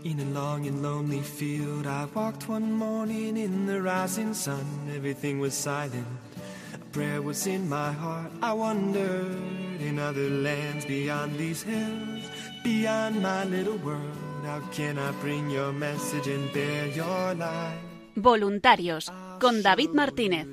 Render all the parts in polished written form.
In a long and lonely field, I walked one morning in the rising sun. Everything was silent, a prayer was in my heart. I wondered, in other lands beyond these hills, beyond my little world, how can I bring your message and bear your light? Voluntarios, con David Martínez.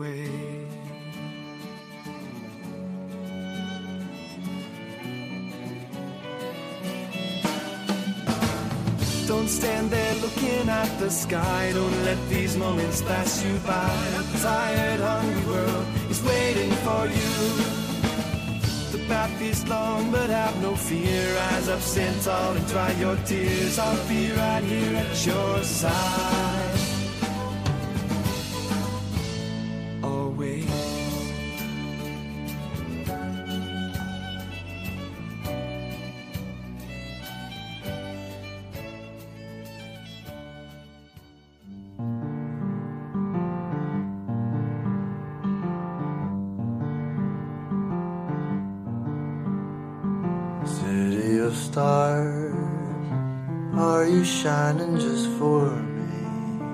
Don't stand there looking at the sky. Don't let these moments pass you by. A tired, hungry world is waiting for you. The path is long, but have no fear. Rise up, stand tall, and dry your tears. I'll be right here at your side. Always. Stars, are you shining just for me?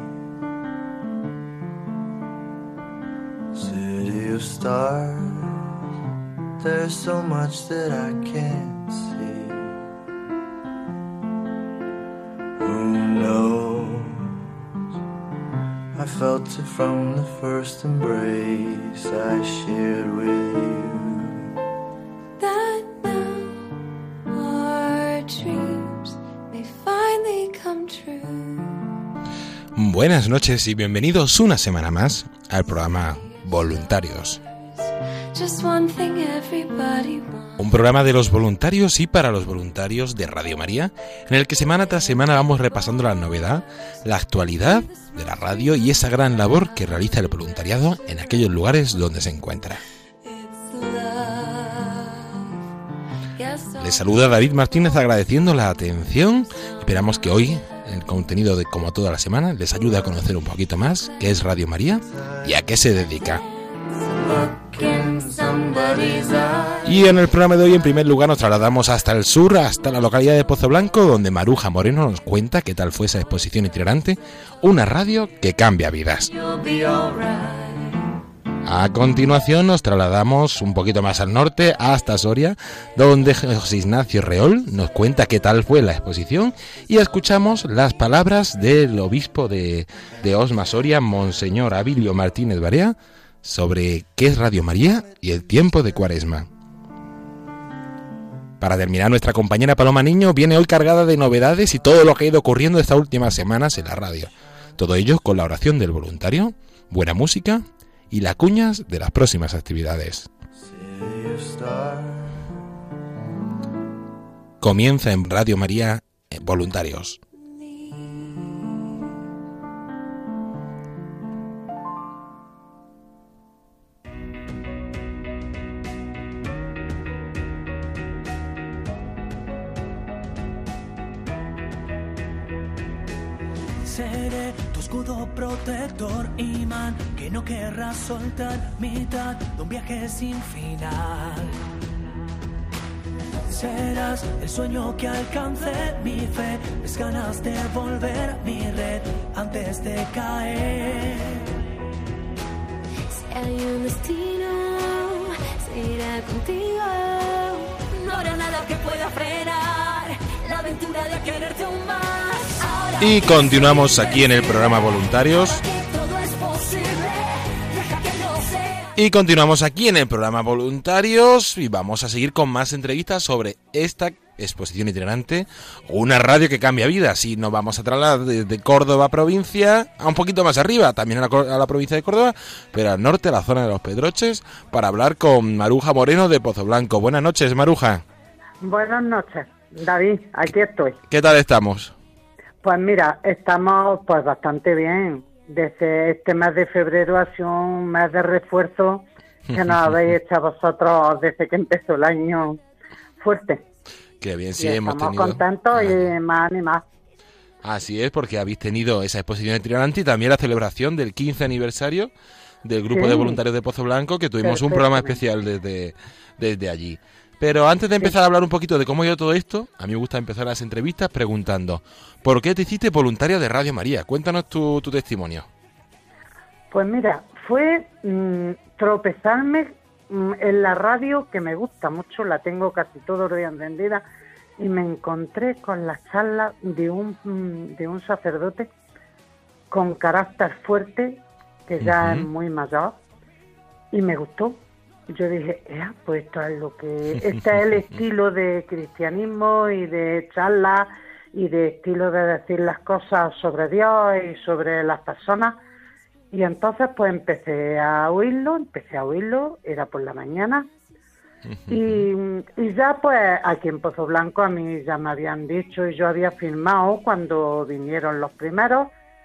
City of stars, there's so much that I can't see. Who knows? I felt it from the first embrace I shared with you. Buenas noches y bienvenidos una semana más al programa Voluntarios. Un programa de los voluntarios y para los voluntarios de Radio María, en el que semana tras semana vamos repasando la novedad, la actualidad de la radio y esa gran labor que realiza el voluntariado en aquellos lugares donde se encuentra. Les saluda David Martínez agradeciendo la atención. Esperamos que hoy el contenido de como toda la semana les ayude a conocer un poquito más qué es Radio María y a qué se dedica. Y en el programa de hoy, en primer lugar, nos trasladamos hasta el sur, hasta la localidad de Pozo Blanco, donde Maruja Moreno nos cuenta qué tal fue esa exposición itinerante, una radio que cambia vidas. A continuación nos trasladamos un poquito más al norte, hasta Soria, donde José Ignacio Reol nos cuenta qué tal fue la exposición y escuchamos las palabras del obispo de Osma Soria, Monseñor Abilio Martínez Barea, sobre qué es Radio María y el tiempo de Cuaresma. Para terminar, nuestra compañera Paloma Niño viene hoy cargada de novedades y todo lo que ha ido ocurriendo estas últimas semanas en la radio. Todo ello con la oración del voluntario, buena música y las cuñas de las próximas actividades. Comienza en Radio María Voluntarios. Seré tu escudo protector, imán que no querrás soltar, mitad de un viaje sin final. Serás el sueño que alcance mi fe, mis ganas de volver mi red antes de caer. Si hay un destino, será contigo. No habrá nada que pueda frenar la aventura de quererte aún más. Y continuamos aquí en el programa Voluntarios. Y vamos a seguir con más entrevistas sobre esta exposición itinerante, una radio que cambia vidas. Y nos vamos a trasladar desde Córdoba provincia a un poquito más arriba, también a la provincia de Córdoba, pero al norte, a la zona de Los Pedroches, para hablar con Maruja Moreno de Pozo Blanco. Buenas noches, Maruja. Buenas noches, David, aquí estoy. ¿Qué tal estamos? Pues mira, estamos pues bastante bien. Desde este mes de febrero ha sido un mes de refuerzo que nos habéis hecho vosotros desde que empezó el año fuerte. Qué bien, sí, y hemos estamos tenido... contentos y más animados. Así es, porque habéis tenido esa exposición itinerante y también la celebración del 15 aniversario del Grupo de Voluntarios de Pozo Blanco, que tuvimos un programa especial desde allí. Pero antes de empezar a hablar un poquito de cómo ha ido todo esto, a mí me gusta empezar las entrevistas preguntando, ¿por qué te hiciste voluntaria de Radio María? Cuéntanos tu testimonio. Pues mira, fue tropezarme en la radio, que me gusta mucho, la tengo casi todos los días encendida, y me encontré con las charlas de un sacerdote con carácter fuerte, que ya es muy mayor, y me gustó. Yo dije, pues esto es este es el estilo de cristianismo y de charla y de estilo de decir las cosas sobre Dios y sobre las personas. Y entonces pues empecé a oírlo, era por la mañana. Y ya pues aquí en Pozo Blanco a mí ya me habían dicho, y yo había filmado cuando vinieron los primeros,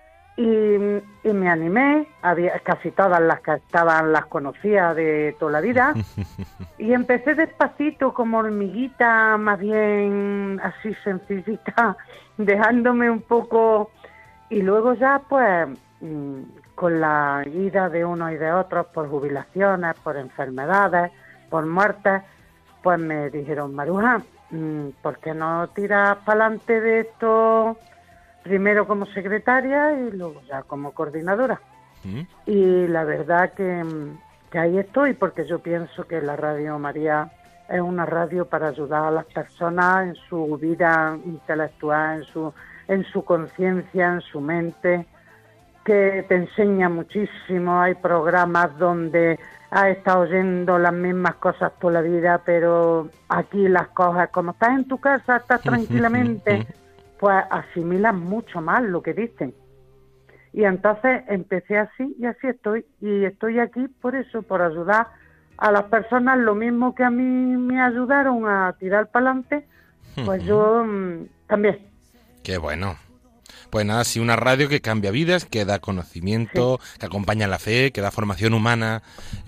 y me animé, casi todas las que estaban las conocía de toda la vida, y empecé despacito como hormiguita, más bien así sencillita, dejándome un poco, y luego ya pues con la ida de unos y de otros por jubilaciones, por enfermedades, por muertes, pues me dijeron, Maruja, ¿por qué no tiras para adelante de esto? Primero como secretaria y luego ya como coordinadora. Y la verdad que ahí estoy, porque yo pienso que la Radio María es una radio para ayudar a las personas en su vida intelectual, en su conciencia, en su mente, que te enseña muchísimo. Hay programas donde has estado oyendo las mismas cosas toda la vida, pero aquí las cosas, como estás en tu casa, estás tranquilamente, pues asimilas mucho más lo que dicen. Y entonces empecé así y así estoy. Y estoy aquí por eso, por ayudar a las personas lo mismo que a mí me ayudaron a tirar para adelante, pues yo también. Qué bueno. Pues nada, sí, una radio que cambia vidas, que da conocimiento, que acompaña la fe, que da formación humana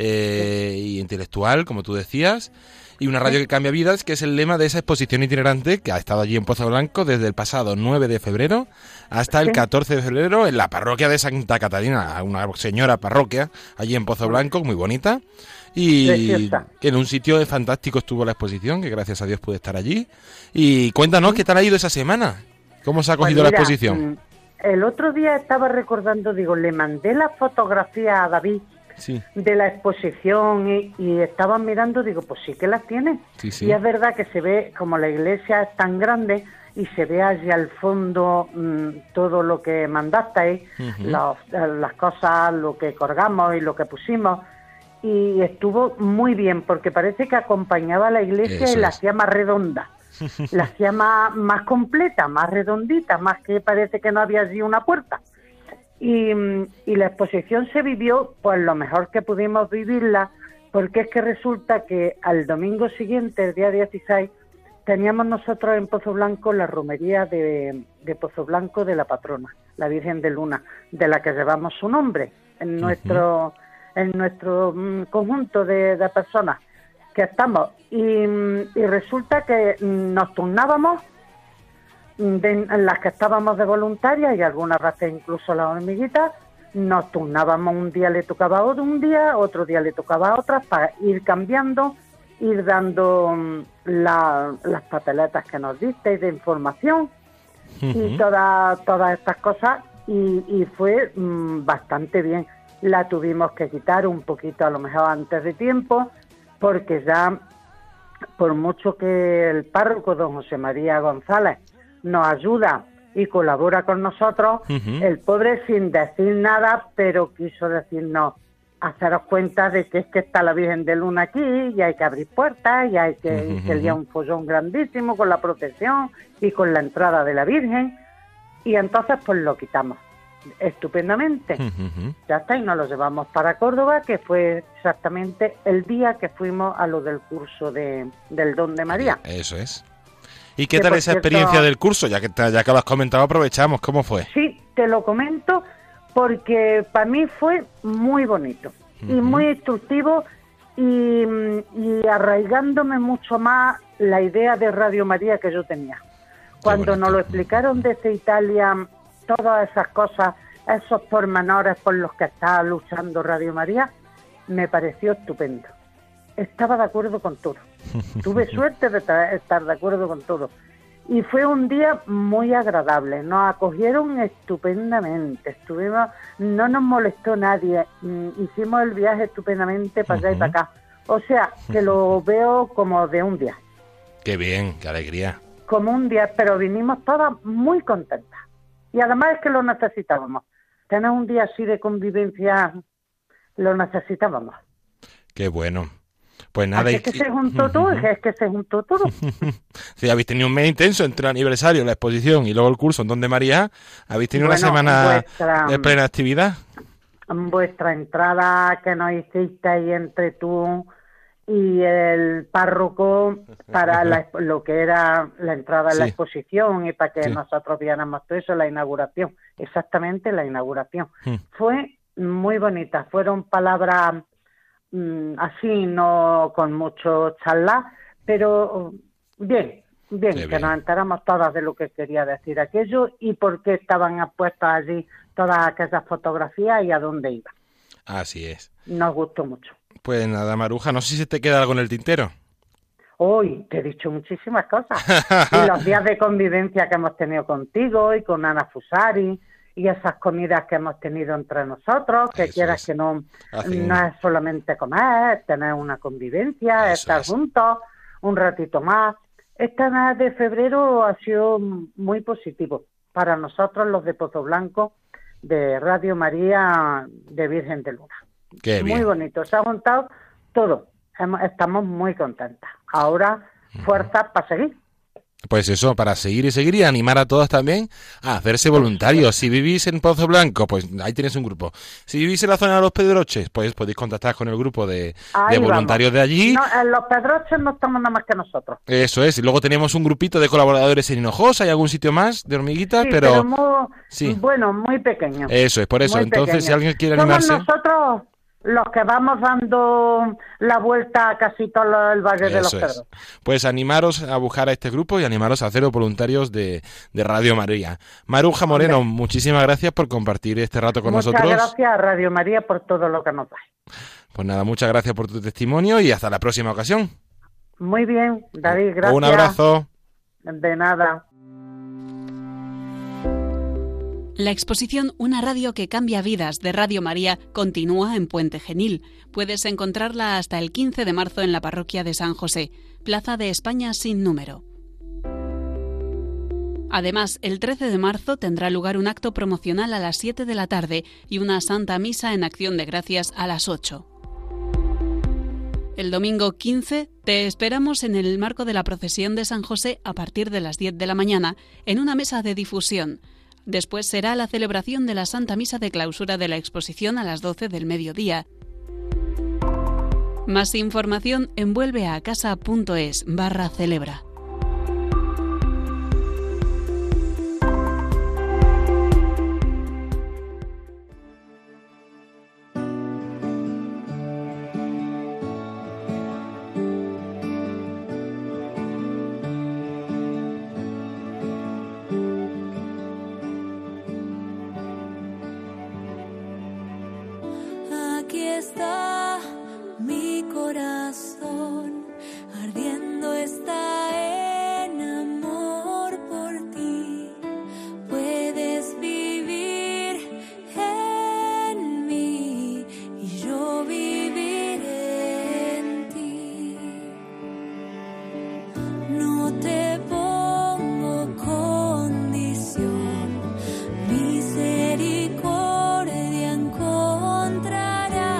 y intelectual, como tú decías. Y una radio que cambia vidas, que es el lema de esa exposición itinerante que ha estado allí en Pozo Blanco desde el pasado 9 de febrero hasta el 14 de febrero en la parroquia de Santa Catalina, una señora parroquia allí en Pozo Blanco, muy bonita. Y preciosa. En un sitio fantástico estuvo la exposición, que gracias a Dios pude estar allí. Y cuéntanos, ¿qué tal ha ido esa semana? ¿Cómo se ha cogido la exposición? El otro día estaba recordando, le mandé la fotografía a David de la exposición y estaba mirando, pues sí que las tiene. Y es verdad que se ve, como la iglesia es tan grande, y se ve allí al fondo todo lo que mandasteis, las cosas, lo que colgamos y lo que pusimos, y estuvo muy bien, porque parece que acompañaba a la iglesia y la hacía más redonda. La hacía más completa, más redondita, más que parece que no había allí una puerta. Y la exposición se vivió pues lo mejor que pudimos vivirla, porque es que resulta que al domingo siguiente, el día 16, teníamos nosotros en Pozo Blanco la romería de Pozo Blanco de la patrona, la Virgen de Luna, de la que llevamos su nombre en nuestro conjunto de personas que estamos. Y resulta que nos turnábamos, en las que estábamos de voluntarias, y algunas veces incluso las hormiguitas, nos turnábamos, un día le tocaba a un día, otro día le tocaba a otras, para ir cambiando, ir dando las papeletas que nos disteis de información y todas estas cosas, y fue bastante bien. La tuvimos que quitar un poquito a lo mejor antes de tiempo, porque ya, por mucho que el párroco don José María González nos ayuda y colabora con nosotros, el pobre, sin decir nada, pero quiso decirnos, haceros cuenta de que es que está la Virgen de Luna aquí y hay que abrir puertas y hay que sería un follón grandísimo con la procesión y con la entrada de la Virgen, y entonces pues lo quitamos estupendamente. Ya está, y nos lo llevamos para Córdoba, que fue exactamente el día que fuimos a lo del curso del Don de María. Eso es. ¿Y qué tal esa experiencia del curso? Ya que lo has comentado, aprovechamos. ¿Cómo fue? Sí, te lo comento, porque para mí fue muy bonito y muy instructivo, y arraigándome mucho más la idea de Radio María que yo tenía. Cuando nos lo explicaron desde Italia, todas esas cosas, esos pormenores por los que está luchando Radio María, me pareció estupendo. estaba de acuerdo con todo. Tuve suerte de estar de acuerdo con todo. Y fue un día muy agradable, nos acogieron estupendamente, no nos molestó nadie, hicimos el viaje estupendamente para allá y para acá. O sea, que lo veo como de un día. Qué bien, qué alegría. Como un día, pero vinimos todas muy contentas. Y además es que lo necesitábamos. Tener un día así de convivencia, lo necesitábamos. Qué bueno. Pues nada, es que se juntó todo, es que se juntó todo. Sí, habéis tenido un mes intenso entre el aniversario, la exposición y luego el curso en Don de María. Habéis tenido una semana de plena actividad. Vuestra entrada que nos hiciste ahí entre tú y el párroco para lo que era la entrada en la exposición y para que nosotros viéramos todo eso, la inauguración. Exactamente, la inauguración. Fue muy bonita, fueron palabras... así, no con mucho charla, pero bien, que nos enteramos todas de lo que quería decir aquello y por qué estaban puestas allí todas aquellas fotografías y a dónde iban. Así es. Nos gustó mucho. Pues nada, Maruja, no sé si se te queda algo en el tintero. Hoy te he dicho muchísimas cosas. Y los días de convivencia que hemos tenido contigo y con Ana Fusari, y esas comidas que hemos tenido entre nosotros, que quieras que no es solamente comer, tener una convivencia, estar juntos un ratito más. Este mes de febrero ha sido muy positivo para nosotros, los de Pozo Blanco, de Radio María de Virgen de Luna. Qué bien. Muy bonito, se ha juntado todo, estamos muy contentas. Ahora, fuerzas para seguir. Pues eso, para seguir y animar a todos también a hacerse voluntarios. Si vivís en Pozo Blanco, pues ahí tienes un grupo. Si vivís en la zona de Los Pedroches, pues podéis contactar con el grupo de voluntarios de allí. No, en Los Pedroches no estamos nada más que nosotros. Eso es, y luego tenemos un grupito de colaboradores en Hinojosa, hay algún sitio más de hormiguitas, pero bueno, muy pequeño. Eso es, por eso. Entonces, pequeño. Si alguien quiere animarse... Somos nosotros los que vamos dando la vuelta a casi todo el Valle de los Pedros. Pues animaros a buscar a este grupo y animaros a haceros voluntarios de Radio María. Maruja Moreno, muchísimas gracias por compartir este rato con nosotros. Muchas gracias a Radio María por todo lo que nos da. Pues nada, muchas gracias por tu testimonio y hasta la próxima ocasión. Muy bien, David, gracias. Un abrazo. De nada. La exposición Una radio que cambia vidas de Radio María continúa en Puente Genil. Puedes encontrarla hasta el 15 de marzo en la parroquia de San José, Plaza de España sin número. Además, el 13 de marzo tendrá lugar un acto promocional a las 7 de la tarde y una Santa Misa en Acción de Gracias a las 8. El domingo 15 te esperamos en el marco de la procesión de San José a partir de las 10 de la mañana en una mesa de difusión. Después será la celebración de la Santa Misa de clausura de la exposición a las 12 del mediodía. Más información en vuelveacasa.es/celebra. Está mi corazón, ardiendo está en amor por ti. Puedes vivir en mí y yo viviré en ti. No te pongo condición, misericordia encontrarás.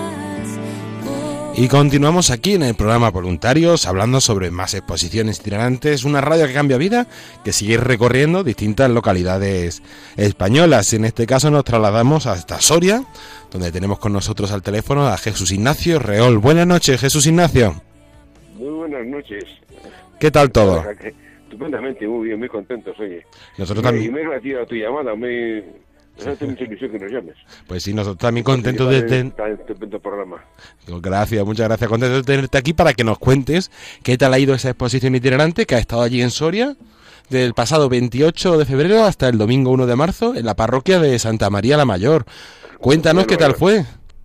Y continuamos aquí en el programa Voluntarios, hablando sobre más exposiciones itinerantes, una radio que cambia vida, que sigue recorriendo distintas localidades españolas. En este caso nos trasladamos hasta Soria, donde tenemos con nosotros al teléfono a Jesús Ignacio Reol. Buenas noches, Jesús Ignacio. Muy buenas noches. ¿Qué tal todo? Estupendamente, muy bien, muy contentos, oye. Nosotros también. Y me he agradecido a tu llamada, me hace mucha ilusión que nos llames. Pues sí, nosotros también contentos de estupendo programa. Gracias, muchas gracias. Contentos de tenerte aquí para que nos cuentes qué tal ha ido esa exposición itinerante que ha estado allí en Soria del pasado 28 de febrero hasta el domingo 1 de marzo en la parroquia de Santa María la Mayor. Cuéntanos qué tal fue.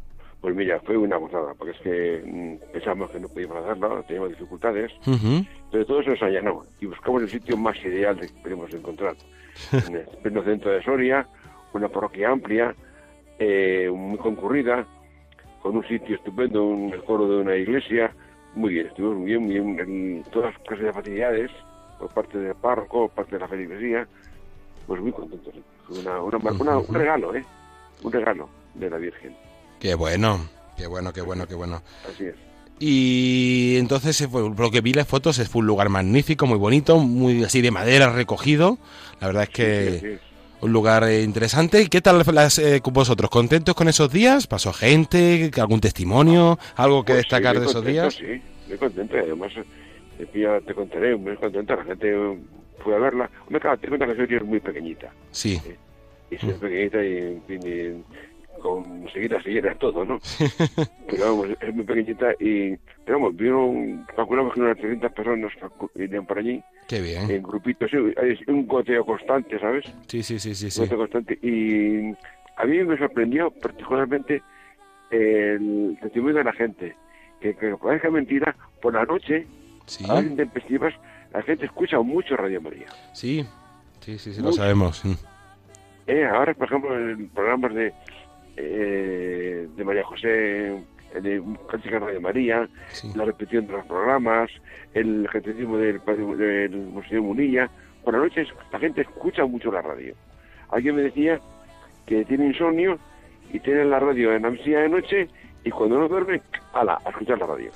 Pues mira, fue una gozada, porque es que pensamos que no podíamos hacerlo, teníamos dificultades, Ujú. pero todo se nos allanó y buscamos el sitio más ideal que podíamos encontrar. En el pleno centro de Soria, una parroquia amplia, muy concurrida, con un sitio estupendo, el coro de una iglesia, muy bien, estuvimos muy bien, en todas las clases de facilidades, por parte del párroco, por parte de la feligresía, pues muy contentos. Fue un regalo, un regalo de la Virgen. Qué bueno, qué bueno, qué bueno, qué bueno. Así es. Y entonces, por lo que vi las fotos, fue un lugar magnífico, muy bonito, muy así de madera recogido. La verdad es que Sí, así es. un lugar interesante. ¿Y qué tal vosotros? ¿Contentos con esos días? ¿Pasó gente? ¿Algún testimonio? ¿Algo que Pues destacar sí, de muy esos contento, días? Sí, muy contento. Y además, ya te contaré, muy contenta. La gente fue a verla. Me acabo de cuenta que Soria es muy pequeñita. Sí. Y es pequeñita y, en fin, con seguidas se llena todo, ¿no? Pero vamos, es muy pequeñita y, pero vamos, calculamos que unas 300 personas irían por allí, Qué bien. en grupitos, sí, es un goteo constante, ¿sabes? Sí, sí, sí, sí, Un sí. goteo constante. Y a mí me sorprendió particularmente el testimonio de la gente, que parezca mentira, por la noche, Sí, a las intempestivas, la gente escucha mucho Radio María. sí, sí, sí, lo Mucho. sabemos. Ahora, por ejemplo, en programas de María José, de Cántica Radio María, Sí. la repetición de los programas, el catecismo del Monseñor Munilla. Por la noche la gente escucha mucho la radio. Alguien me decía que tiene insomnio y tiene la radio en la mesilla de noche y cuando no duerme, a escuchar la radio.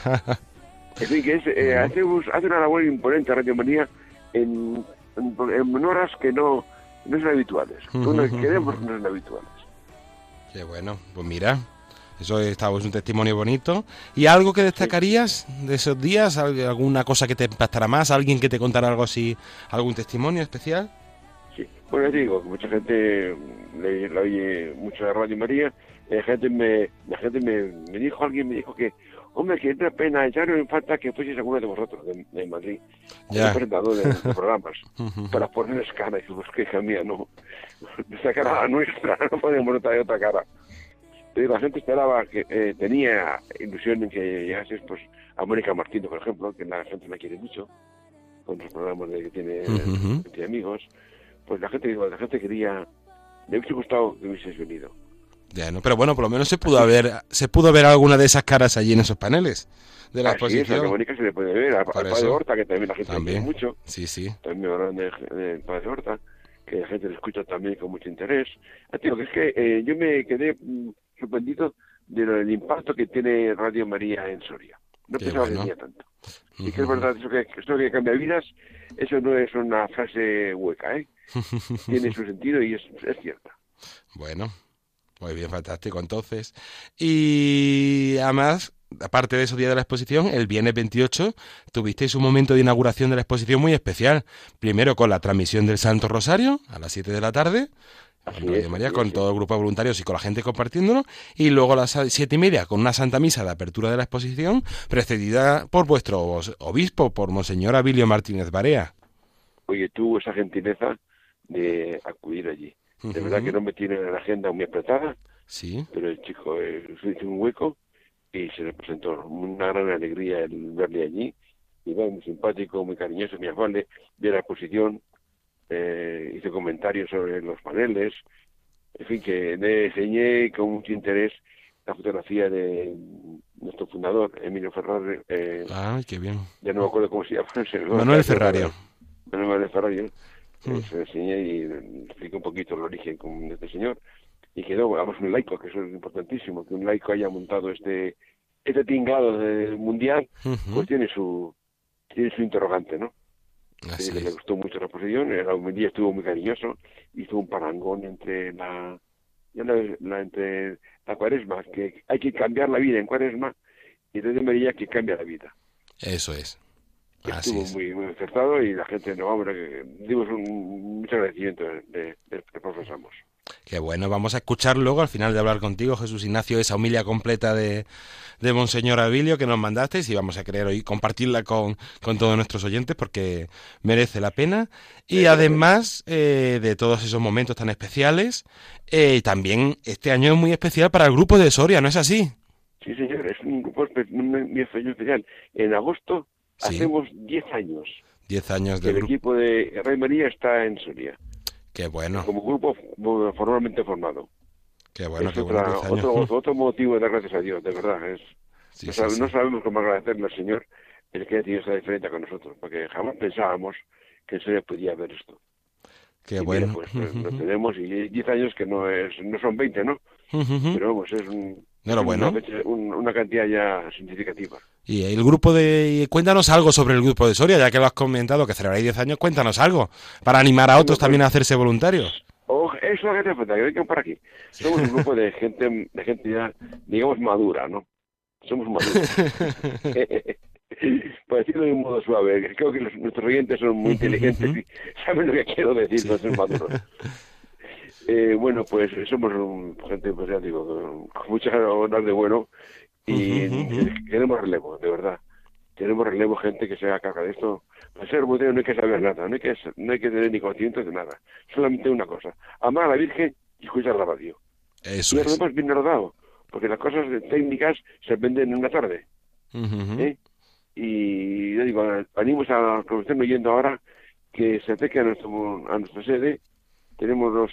En fin, que hace una labor imponente Radio María en horas que no son habituales. Queremos que no son habituales. Qué bueno, pues mira, eso es un testimonio bonito. ¿Y algo que destacarías de esos días? ¿Alguna cosa que te impactará más? ¿Alguien que te contara algo así? ¿Algún testimonio especial? Sí, bueno, ya te digo, mucha gente la oye mucho de Radio María. La gente me dijo, alguien me dijo que, hombre, que es una pena, ya no me falta que fueseis alguno de vosotros de Madrid, Ya. presentador de programas, para ponerles cara. Y pues que hija mía, no, esa cara nuestra, no podemos notar de otra cara. Pero la gente esperaba que tenía ilusión en que llegases pues a Mónica Martínez, por ejemplo, que la gente la quiere mucho, con los programas que tiene de amigos. Pues la gente quería, me hubiese gustado que hubieses venido. Ya, no, pero bueno, por lo menos se pudo ver alguna de esas caras allí en esos paneles de la Así es, a exposición. Mónica se le puede ver, al Por padre eso. Horta, que también la gente le quiere mucho. Sí, sí. También me hablan del padre Horta, que la gente le escucha también con mucho interés. Digo que es que yo me quedé sorprendido del impacto que tiene Radio María en Soria. No Qué pensaba bueno. que tenía tanto. Y que es verdad, eso que cambia vidas, eso no es una frase hueca, ¿eh? Tiene su sentido y es cierta. Bueno, muy bien, fantástico entonces. Y además, aparte de esos días de la exposición, el viernes 28 tuvisteis un momento de inauguración de la exposición muy especial. Primero con la transmisión del Santo Rosario a las 7 de la tarde, en Radio María, con todo el grupo de voluntarios y con la gente compartiéndolo, y luego a las 7:30 con una Santa Misa de apertura de la exposición, precedida por vuestro obispo, por Monseñor Abilio Martínez Barea. Oye, tuvo esa gentileza de acudir allí. De verdad que no me tiene la agenda muy apretada, Sí. pero el chico hizo un hueco y se le presentó una gran alegría el verle allí. Y va muy simpático, muy cariñoso, muy afable, vio la exposición, hizo comentarios sobre los paneles, en fin, que le enseñé con mucho interés la fotografía de nuestro fundador, Emilio Ferrario. Ay, qué bien. Ya no me acuerdo cómo se llama. Manuel Ferrario. Manuel Ferrario. Se lo enseñé y expliqué un poquito el origen de este señor. Y quedó, vamos, un laico, que eso es importantísimo, que un laico haya montado este tinglado mundial, pues tiene su interrogante, ¿no? Así Le es. gustó mucho la exposición, la homilía estuvo muy cariñoso, hizo un parangón entre entre la cuaresma, que hay que cambiar la vida en cuaresma, y Radio María que cambia la vida. Eso es. Así Estuvo es. muy, muy acertado y la gente, no, hombre, dimos mucho agradecimiento de profesamos. Qué bueno, vamos a escuchar luego, al final de hablar contigo, Jesús Ignacio, esa homilia completa de Monseñor Abilio que nos mandasteis, y vamos a querer hoy compartirla con todos nuestros oyentes porque merece la pena. Y además de todos esos momentos tan especiales, también este año es muy especial para el grupo de Soria, ¿no es así? Sí, señor, es un grupo muy especial. En agosto hacemos 10 años. 10 años que del el equipo de Radio María está en Soria. Qué bueno. Como grupo formalmente formado. Qué bueno, es qué bueno. 10 años. Otro motivo de dar gracias a Dios, de verdad. No sabemos cómo agradecerle al Señor el que ha tenido esa diferencia con nosotros, porque jamás pensábamos que en Soria podía haber esto. Qué y bueno. Mira, pues lo tenemos, y 10 años que no son 20, ¿no? Pero vamos, es una cantidad ya significativa. Y el grupo cuéntanos algo sobre el grupo de Soria, ya que lo has comentado, que celebráis 10 años, cuéntanos algo, para animar a otros también a hacerse voluntarios. Eso es lo que te falta, que vengan por aquí. Somos un grupo de gente ya, digamos, madura, ¿no? Somos maduros. Por decirlo de un modo suave, creo que nuestros oyentes son muy inteligentes y saben lo que quiero decir, no son maduros. Bueno, pues somos gente, pues ya digo, con muchas ganas de bueno, y queremos relevo, de verdad. Queremos relevo, gente que se haga carga de esto. Para ser voluntarios no hay que saber nada, no hay que tener ni conocimiento de nada. Solamente una cosa, amar a la Virgen y escuchar la radio. Eso y lo demás bien rodado, porque las cosas técnicas se aprenden en una tarde. Y yo digo, animos a los que estén oyendo ahora que se acerquen a nuestra sede. Tenemos los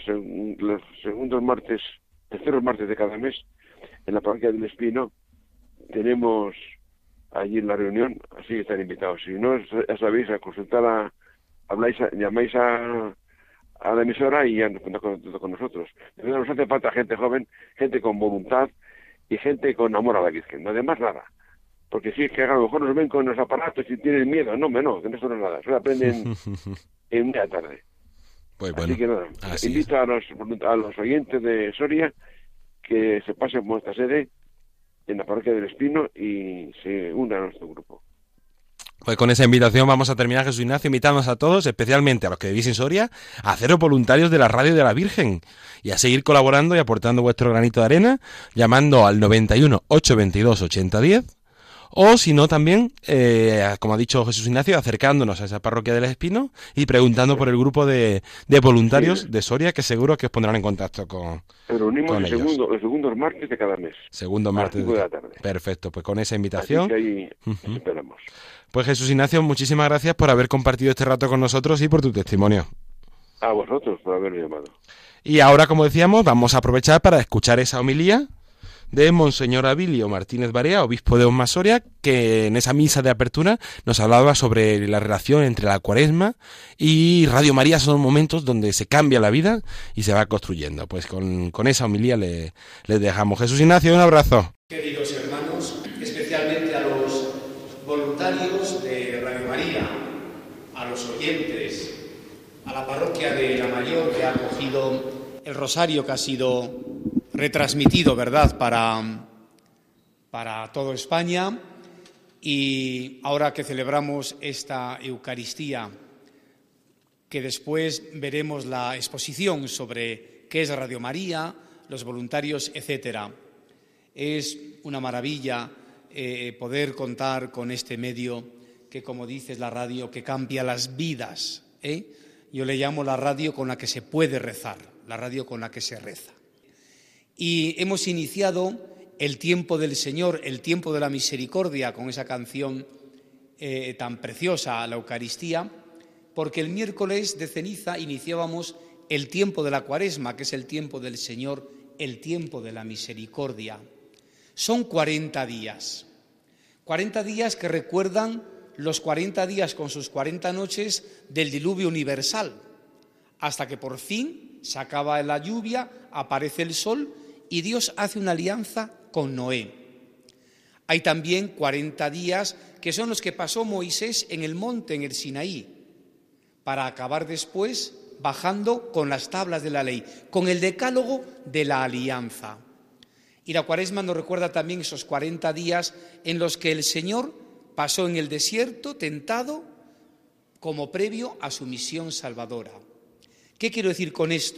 terceros martes de cada mes en la parroquia del Espino. Tenemos allí en la reunión, así que están invitados. Si no, ya sabéis, a consultar, llamáis a la emisora y ya nos cuentan con nosotros. Nos hace falta gente joven, gente con voluntad y gente con amor a la Virgen. No, además nada. Porque si es que a lo mejor nos ven con los aparatos y tienen miedo. No, que esto no es nada. Solo aprenden en una tarde. Pues bueno, así que nada, invito a los oyentes de Soria que se pasen por nuestra sede en la parroquia del Espino y se unan a nuestro grupo. Pues con esa invitación vamos a terminar, Jesús Ignacio, invitándonos a todos, especialmente a los que vivís en Soria, a haceros voluntarios de la Radio de la Virgen y a seguir colaborando y aportando vuestro granito de arena, llamando al 91 822 8010. O si no también, como ha dicho Jesús Ignacio, acercándonos a esa parroquia del Espino y preguntando por el grupo de voluntarios de Soria, que seguro que os pondrán en contacto con Nos reunimos los segundos martes de cada mes. Segundo martes de la tarde. Perfecto, pues con esa invitación. Así que ahí esperamos. Pues Jesús Ignacio, muchísimas gracias por haber compartido este rato con nosotros y por tu testimonio. A vosotros por haberme llamado. Y ahora, como decíamos, vamos a aprovechar para escuchar esa homilía de Monseñor Abilio Martínez Barea, obispo de Osma Soria, que en esa misa de apertura nos hablaba sobre la relación entre la Cuaresma y Radio María. Son momentos donde se cambia la vida y se va construyendo. Pues con esa homilía les dejamos. Jesús Ignacio, un abrazo. Queridos hermanos, especialmente a los voluntarios de Radio María, a los oyentes, a la parroquia de La Mayor que ha acogido el rosario que ha sido retransmitido, ¿verdad?, para toda España, y ahora que celebramos esta Eucaristía, que después veremos la exposición sobre qué es Radio María, los voluntarios, etcétera. Es una maravilla poder contar con este medio que, como dices, la radio que cambia las vidas, Yo le llamo la radio con la que se puede rezar, la radio con la que se reza. Y hemos iniciado el tiempo del Señor, el tiempo de la misericordia, con esa canción tan preciosa, la Eucaristía, porque el miércoles de ceniza iniciábamos el tiempo de la Cuaresma, que es el tiempo del Señor, el tiempo de la misericordia. Son 40 días. 40 días que recuerdan los 40 días con sus 40 noches del diluvio universal, hasta que por fin se acaba la lluvia, aparece el sol y Dios hace una alianza con Noé. Hay también 40 días que son los que pasó Moisés en el monte, en el Sinaí, para acabar después bajando con las tablas de la ley, con el decálogo de la alianza. Y la Cuaresma nos recuerda también esos 40 días en los que el Señor pasó en el desierto tentado como previo a su misión salvadora. ¿Qué quiero decir con esto?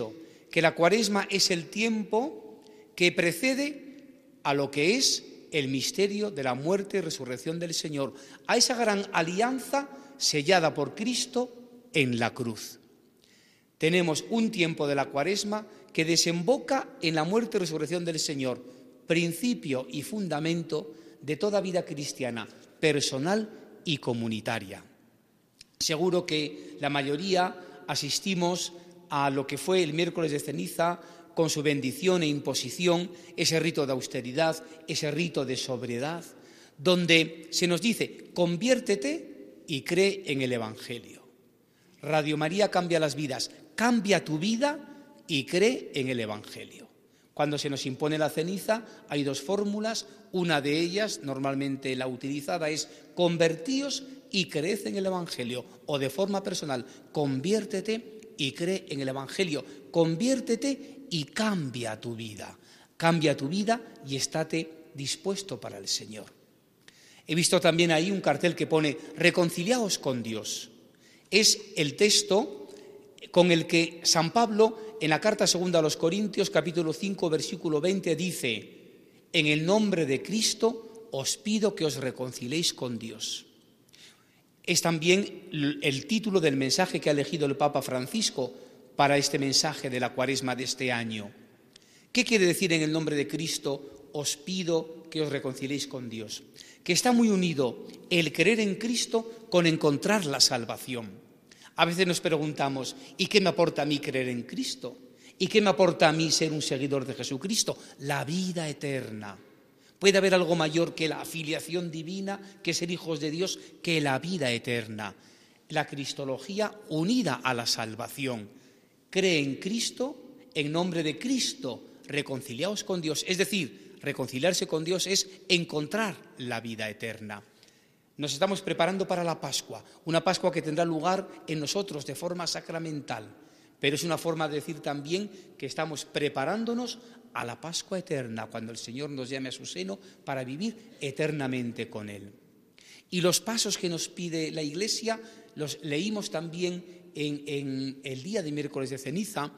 que la Cuaresma es el tiempo que precede a lo que es el misterio de la muerte y resurrección del Señor, a esa gran alianza sellada por Cristo en la cruz. Tenemos un tiempo de la Cuaresma que desemboca en la muerte y resurrección del Señor, principio y fundamento de toda vida cristiana, personal y comunitaria. Seguro que la mayoría asistimos a lo que fue el miércoles de ceniza con su bendición e imposición, ese rito de austeridad, ese rito de sobriedad, donde se nos dice: conviértete y cree en el Evangelio. Radio María cambia las vidas, cambia tu vida y cree en el Evangelio. Cuando se nos impone la ceniza hay dos fórmulas, una de ellas, normalmente la utilizada, es convertíos y creed en el Evangelio, o de forma personal, conviértete y cree en el Evangelio, conviértete y cambia tu vida y estate dispuesto para el Señor. He visto también ahí un cartel que pone: reconciliaos con Dios. Es el texto con el que San Pablo, en la carta segunda a los Corintios, capítulo 5, versículo 20, dice: en el nombre de Cristo os pido que os reconciliéis con Dios. Es también el título del mensaje que ha elegido el Papa Francisco para este mensaje de la Cuaresma de este año. ¿Qué quiere decir en el nombre de Cristo os pido que os reconciliéis con Dios? Que está muy unido el creer en Cristo con encontrar la salvación. A veces nos preguntamos: ¿y qué me aporta a mí creer en Cristo? ¿Y qué me aporta a mí ser un seguidor de Jesucristo? La vida eterna. ¿Puede haber algo mayor que la afiliación divina, que ser hijos de Dios, que la vida eterna? La cristología unida a la salvación. Cree en Cristo, en nombre de Cristo, reconciliaos con Dios. Es decir, reconciliarse con Dios es encontrar la vida eterna. Nos estamos preparando para la Pascua, una Pascua que tendrá lugar en nosotros de forma sacramental, pero es una forma de decir también que estamos preparándonos a la Pascua eterna, cuando el Señor nos llame a su seno para vivir eternamente con Él. Y los pasos que nos pide la Iglesia los leímos también en el día de miércoles de ceniza,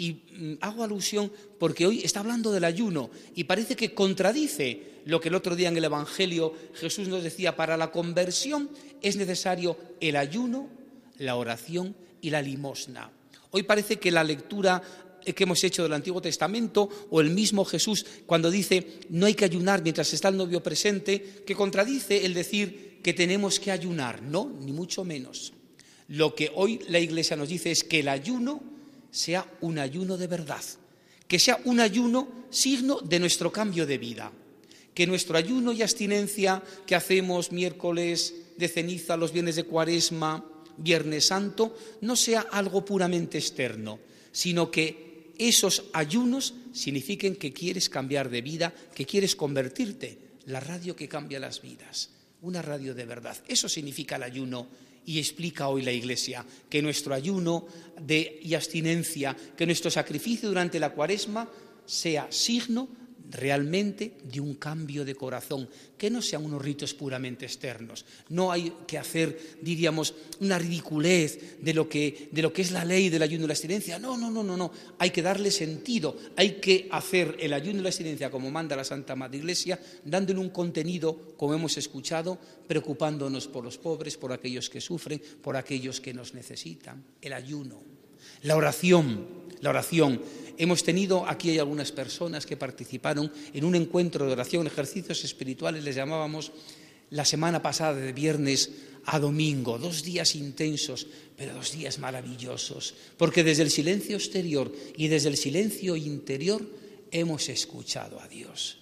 y hago alusión porque hoy está hablando del ayuno y parece que contradice lo que el otro día en el Evangelio Jesús nos decía: para la conversión es necesario el ayuno, la oración y la limosna. Hoy parece que la lectura que hemos hecho del Antiguo Testamento, o el mismo Jesús cuando dice no hay que ayunar mientras está el novio presente, que contradice el decir que tenemos que ayunar. No, ni mucho menos. Lo que hoy la Iglesia nos dice es que el ayuno sea un ayuno de verdad, que sea un ayuno signo de nuestro cambio de vida, que nuestro ayuno y abstinencia que hacemos miércoles de ceniza, los viernes de Cuaresma, Viernes Santo, no sea algo puramente externo, sino que esos ayunos signifiquen que quieres cambiar de vida, que quieres convertirte, la radio que cambia las vidas, una radio de verdad. Eso significa el ayuno. Y explica hoy la Iglesia que nuestro ayuno y abstinencia, que nuestro sacrificio durante la Cuaresma sea signo realmente de un cambio de corazón, que no sean unos ritos puramente externos. No hay que hacer, diríamos, una ridiculez de lo que es la ley del ayuno y la abstinencia. No. Hay que darle sentido, hay que hacer el ayuno y la abstinencia como manda la Santa Madre Iglesia, dándole un contenido, como hemos escuchado, preocupándonos por los pobres, por aquellos que sufren, por aquellos que nos necesitan. El ayuno, la oración. Hemos tenido, aquí hay algunas personas que participaron en un encuentro de oración, ejercicios espirituales, les llamábamos la semana pasada de viernes a domingo, 2 días intensos, pero 2 días maravillosos, porque desde el silencio exterior y desde el silencio interior hemos escuchado a Dios.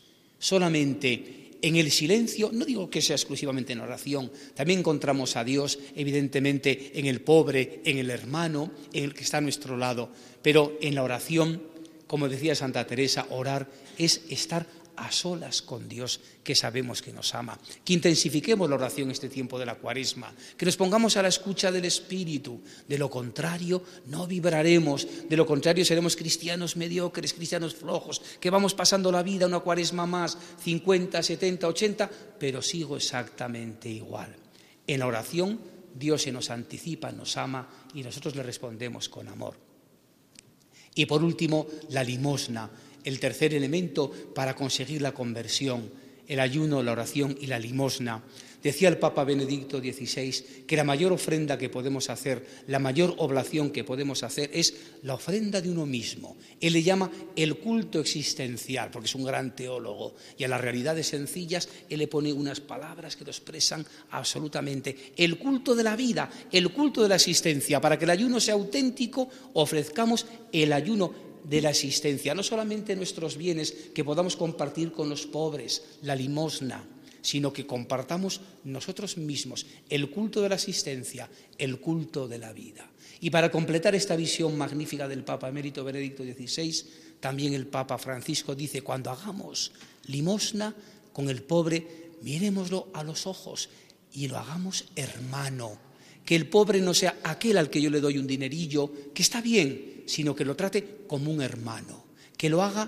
Solamente en el silencio, no digo que sea exclusivamente en oración, también encontramos a Dios evidentemente en el pobre, en el hermano, en el que está a nuestro lado, pero en la oración, como decía Santa Teresa, orar es estar a solas con Dios, que sabemos que nos ama. Que intensifiquemos la oración este tiempo de la Cuaresma, que nos pongamos a la escucha del Espíritu. De lo contrario, no vibraremos, de lo contrario seremos cristianos mediocres, cristianos flojos, que vamos pasando la vida una Cuaresma más, 50, 70, 80, pero sigo exactamente igual. En la oración, Dios se nos anticipa, nos ama y nosotros le respondemos con amor. Y por último, la limosna, el tercer elemento para conseguir la conversión, el ayuno, la oración y la limosna. Decía el Papa Benedicto XVI que la mayor ofrenda que podemos hacer, la mayor oblación que podemos hacer es la ofrenda de uno mismo. Él le llama el culto existencial, porque es un gran teólogo, y a las realidades sencillas él le pone unas palabras que lo expresan absolutamente. El culto de la vida, el culto de la existencia. Para que el ayuno sea auténtico, ofrezcamos el ayuno de la existencia, no solamente nuestros bienes que podamos compartir con los pobres, la limosna, sino que compartamos nosotros mismos el culto de la existencia, el culto de la vida. Y para completar esta visión magnífica del Papa Emérito Benedicto XVI, también el Papa Francisco dice: cuando hagamos limosna con el pobre, mirémoslo a los ojos y lo hagamos hermano. Que el pobre no sea aquel al que yo le doy un dinerillo, que está bien, sino que lo trate como un hermano, que lo haga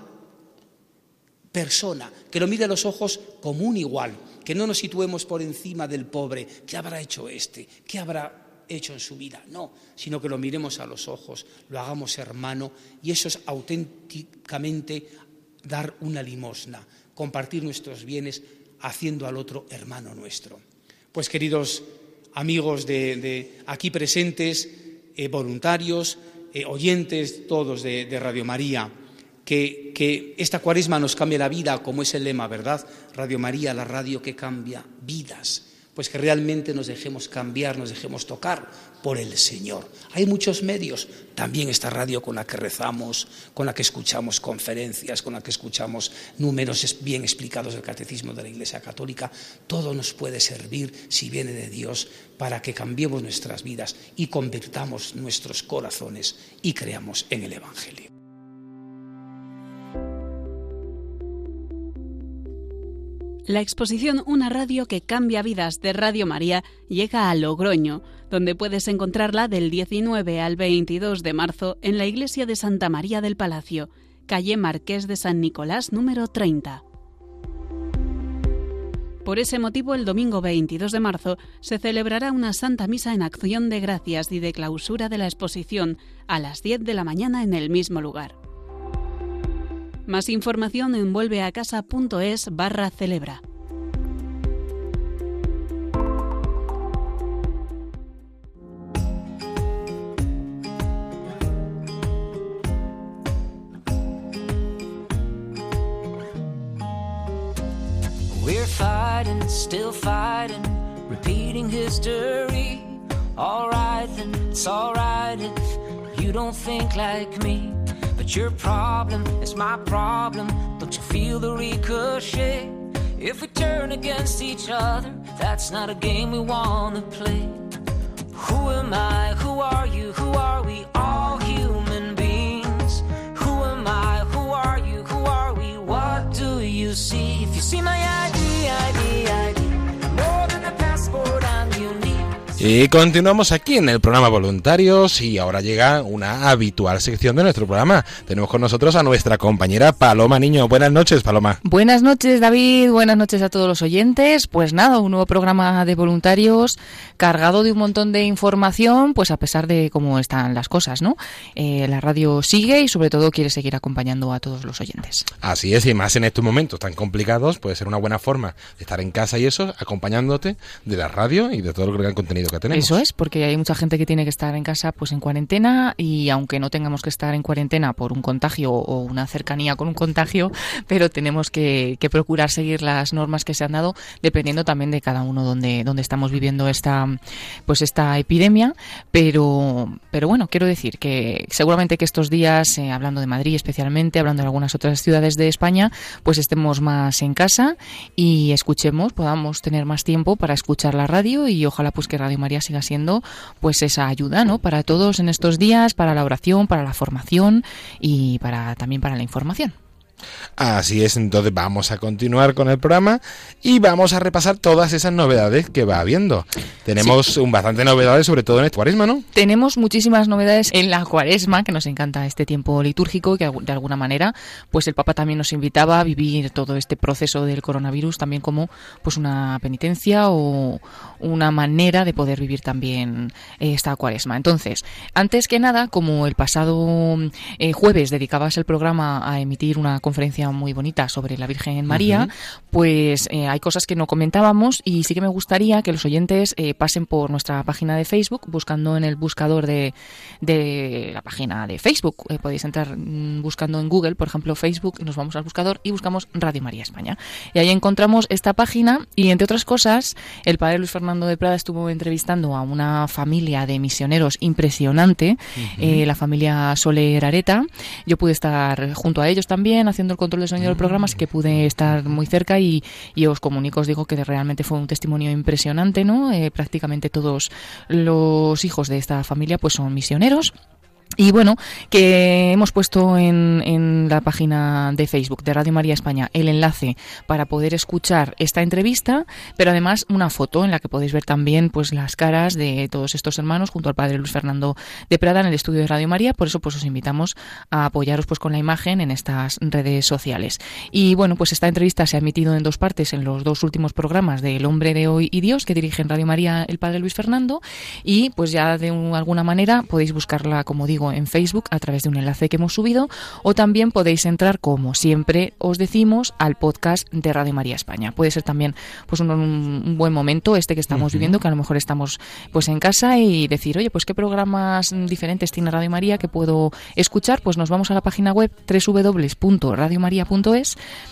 persona, que lo mire a los ojos como un igual, que no nos situemos por encima del pobre. ¿Qué habrá hecho este? ¿Qué habrá hecho en su vida? No, sino que lo miremos a los ojos, lo hagamos hermano, y eso es auténticamente dar una limosna, compartir nuestros bienes haciendo al otro hermano nuestro. Pues queridos amigos de aquí presentes, voluntarios, oyentes todos de Radio María, que esta Cuaresma nos cambie la vida, como es el lema, ¿verdad? Radio María, la radio que cambia vidas. Pues que realmente nos dejemos cambiar, nos dejemos tocar por el Señor. Hay muchos medios, también esta radio con la que rezamos, con la que escuchamos conferencias, con la que escuchamos números bien explicados del Catecismo de la Iglesia Católica. Todo nos puede servir, si viene de Dios, para que cambiemos nuestras vidas y convirtamos nuestros corazones y creamos en el Evangelio. La exposición Una radio que cambia vidas de Radio María llega a Logroño, donde puedes encontrarla del 19 al 22 de marzo en la iglesia de Santa María del Palacio, calle Marqués de San Nicolás, número 30. Por ese motivo, el domingo 22 de marzo se celebrará una Santa Misa en acción de gracias y de clausura de la exposición a las 10 de la mañana en el mismo lugar. Más información en vuelveacasa.es/celebra. We're fighting, still fighting, repeating history. All right then, it's all right if you don't think like me. But your problem is my problem. Don't you feel the ricochet? If we turn against each other, that's not a game we wanna play. Who am I? Who are you? Who are we? All human beings. Who am I? Who are you? Who are we? What do you see? If you see my ID, more than a passport, I'm unique. Y continuamos aquí en el programa Voluntarios, y ahora llega una habitual sección de nuestro programa. Tenemos con nosotros a nuestra compañera Paloma Niño. Buenas noches, Paloma. Buenas noches, David. Buenas noches a todos los oyentes. Pues nada, un nuevo programa de voluntarios cargado de un montón de información, pues a pesar de cómo están las cosas, ¿no? La radio sigue y sobre todo quiere seguir acompañando a todos los oyentes. Así es, y más en estos momentos tan complicados, puede ser una buena forma de estar en casa y eso, acompañándote de la radio y de todo el gran contenido que tenemos. Eso es, porque hay mucha gente que tiene que estar en casa pues en cuarentena, y aunque no tengamos que estar en cuarentena por un contagio o una cercanía con un contagio, pero tenemos que procurar seguir las normas que se han dado, dependiendo también de cada uno donde estamos viviendo esta epidemia. Pero bueno, quiero decir que seguramente que estos días, hablando de Madrid especialmente, hablando de algunas otras ciudades de España, pues estemos más en casa y podamos tener más tiempo para escuchar la radio, y ojalá pues que Radio María siga siendo pues esa ayuda, ¿no?, para todos en estos días, para la oración, para la formación y también para la información. Así es, entonces vamos a continuar con el programa y vamos a repasar todas esas novedades que va habiendo. Tenemos bastante novedades, sobre todo en esta Cuaresma, ¿no? Tenemos muchísimas novedades en la Cuaresma, que nos encanta este tiempo litúrgico y que de alguna manera pues el Papa también nos invitaba a vivir todo este proceso del coronavirus también como pues una penitencia o una manera de poder vivir también esta Cuaresma. Entonces, antes que nada, como el pasado jueves dedicabas el programa a emitir una conferencia muy bonita sobre la Virgen María, pues hay cosas que no comentábamos y sí que me gustaría que los oyentes pasen por nuestra página de Facebook, buscando en el buscador de la página de Facebook. Podéis entrar buscando en Google, por ejemplo, Facebook, nos vamos al buscador y buscamos Radio María España. Y ahí encontramos esta página y, entre otras cosas, el padre Luis Fernando de Prada estuvo entrevistando a una familia de misioneros impresionante, la familia Soler Areta. Yo pude estar junto a ellos también haciendo el control de sonido del programa, así que pude estar muy cerca y os comunico, os digo que realmente fue un testimonio impresionante, ¿no? Prácticamente todos los hijos de esta familia pues son misioneros. Y bueno, que hemos puesto en la página de Facebook de Radio María España el enlace para poder escuchar esta entrevista, pero además una foto en la que podéis ver también pues las caras de todos estos hermanos junto al padre Luis Fernando de Prada en el estudio de Radio María. Por eso pues os invitamos a apoyaros pues con la imagen en estas redes sociales. Y bueno, pues esta entrevista se ha emitido en dos partes en los dos últimos programas de El Hombre de Hoy y Dios, que dirige en Radio María el padre Luis Fernando, y pues ya de alguna manera podéis buscarla, como digo, en Facebook a través de un enlace que hemos subido, o también podéis entrar, como siempre os decimos, al podcast de Radio María España. Puede ser también pues un buen momento este que estamos viviendo, que a lo mejor estamos pues en casa y decir, oye, pues qué programas diferentes tiene Radio María que puedo escuchar. Pues nos vamos a la página web www.radiomaria.es,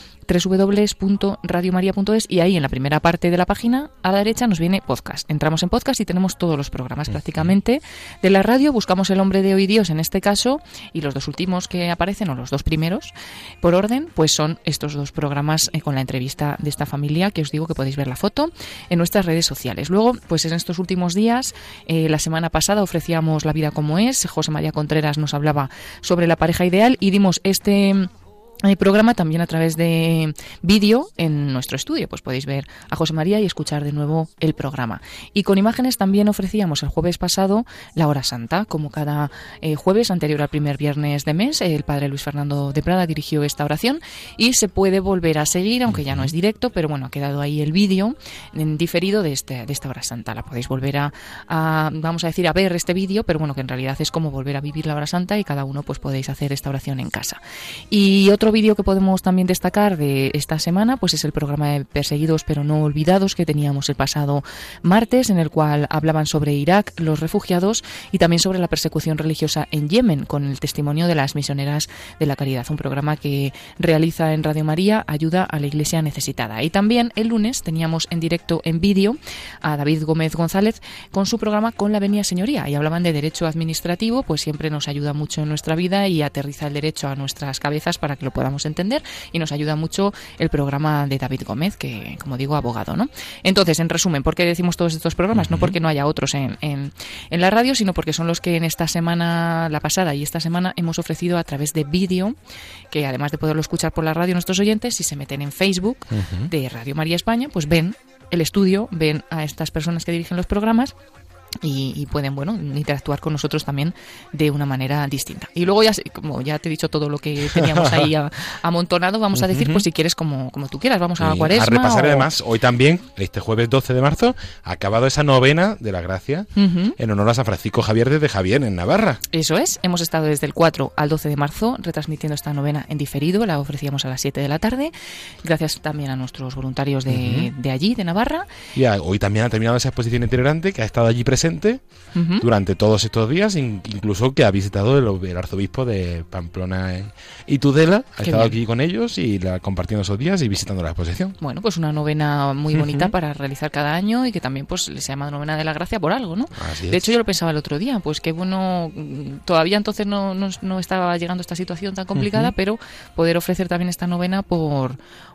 www.radiomaria.es, y ahí en la primera parte de la página a la derecha nos viene podcast. Entramos en podcast y tenemos todos los programas prácticamente de la radio. Buscamos El Hombre de Hoy Dios en este caso, y los dos últimos que aparecen, o los dos primeros por orden, pues son estos dos programas con la entrevista de esta familia, que os digo que podéis ver la foto en nuestras redes sociales. Luego, pues en estos últimos días, la semana pasada ofrecíamos La Vida Como Es. José María Contreras nos hablaba sobre la pareja ideal y dimos este programa también a través de vídeo en nuestro estudio. Pues podéis ver a José María y escuchar de nuevo el programa. Y con imágenes también ofrecíamos el jueves pasado la Hora Santa, como cada jueves anterior al primer viernes de mes. El padre Luis Fernando de Prada dirigió esta oración y se puede volver a seguir, aunque ya no es directo, pero bueno, ha quedado ahí el vídeo en diferido de esta Hora Santa. La podéis volver a vamos a decir, a ver este vídeo, pero bueno, que en realidad es como volver a vivir la Hora Santa, y cada uno pues podéis hacer esta oración en casa. Y otro vídeo que podemos también destacar de esta semana pues es el programa de Perseguidos pero no olvidados, que teníamos el pasado martes, en el cual hablaban sobre Irak, los refugiados y también sobre la persecución religiosa en Yemen, con el testimonio de las misioneras de la caridad, un programa que realiza en Radio María Ayuda a la Iglesia Necesitada. Y también el lunes teníamos en directo en vídeo a David Gómez González con su programa Con la Venia Señoría, y hablaban de derecho administrativo, pues siempre nos ayuda mucho en nuestra vida y aterriza el derecho a nuestras cabezas para que lo podamos entender, y nos ayuda mucho el programa de David Gómez, que, como digo, abogado, ¿no? Entonces, en resumen, ¿por qué decimos todos estos programas? No porque no haya otros en la radio, sino porque son los que en esta semana, la pasada y esta semana, hemos ofrecido a través de vídeo, que además de poderlo escuchar por la radio nuestros oyentes, si se meten en Facebook de Radio María España, pues ven el estudio, ven a estas personas que dirigen los programas y pueden, bueno, interactuar con nosotros también de una manera distinta. Y luego, ya como ya te he dicho todo lo que teníamos ahí amontonado, vamos a decir, pues si quieres, como tú quieras, vamos a Cuaresma. A repasar además, hoy también, este jueves 12 de marzo, ha acabado esa novena de la Gracia en honor a San Francisco Javier desde Javier, en Navarra. Eso es, hemos estado desde el 4 al 12 de marzo retransmitiendo esta novena en diferido, la ofrecíamos a las 7 de la tarde, gracias también a nuestros voluntarios de allí, de Navarra. Y hoy también ha terminado esa exposición itinerante que ha estado allí presente durante todos estos días, incluso que ha visitado el arzobispo de Pamplona y Tudela, ha estado aquí con ellos y compartiendo esos días y visitando la exposición. Bueno, pues una novena muy bonita para realizar cada año, y que también pues se llama novena de la Gracia por algo, ¿no? De hecho, yo lo pensaba el otro día, pues qué bueno, todavía entonces no estaba llegando esta situación tan complicada, pero poder ofrecer también esta novena por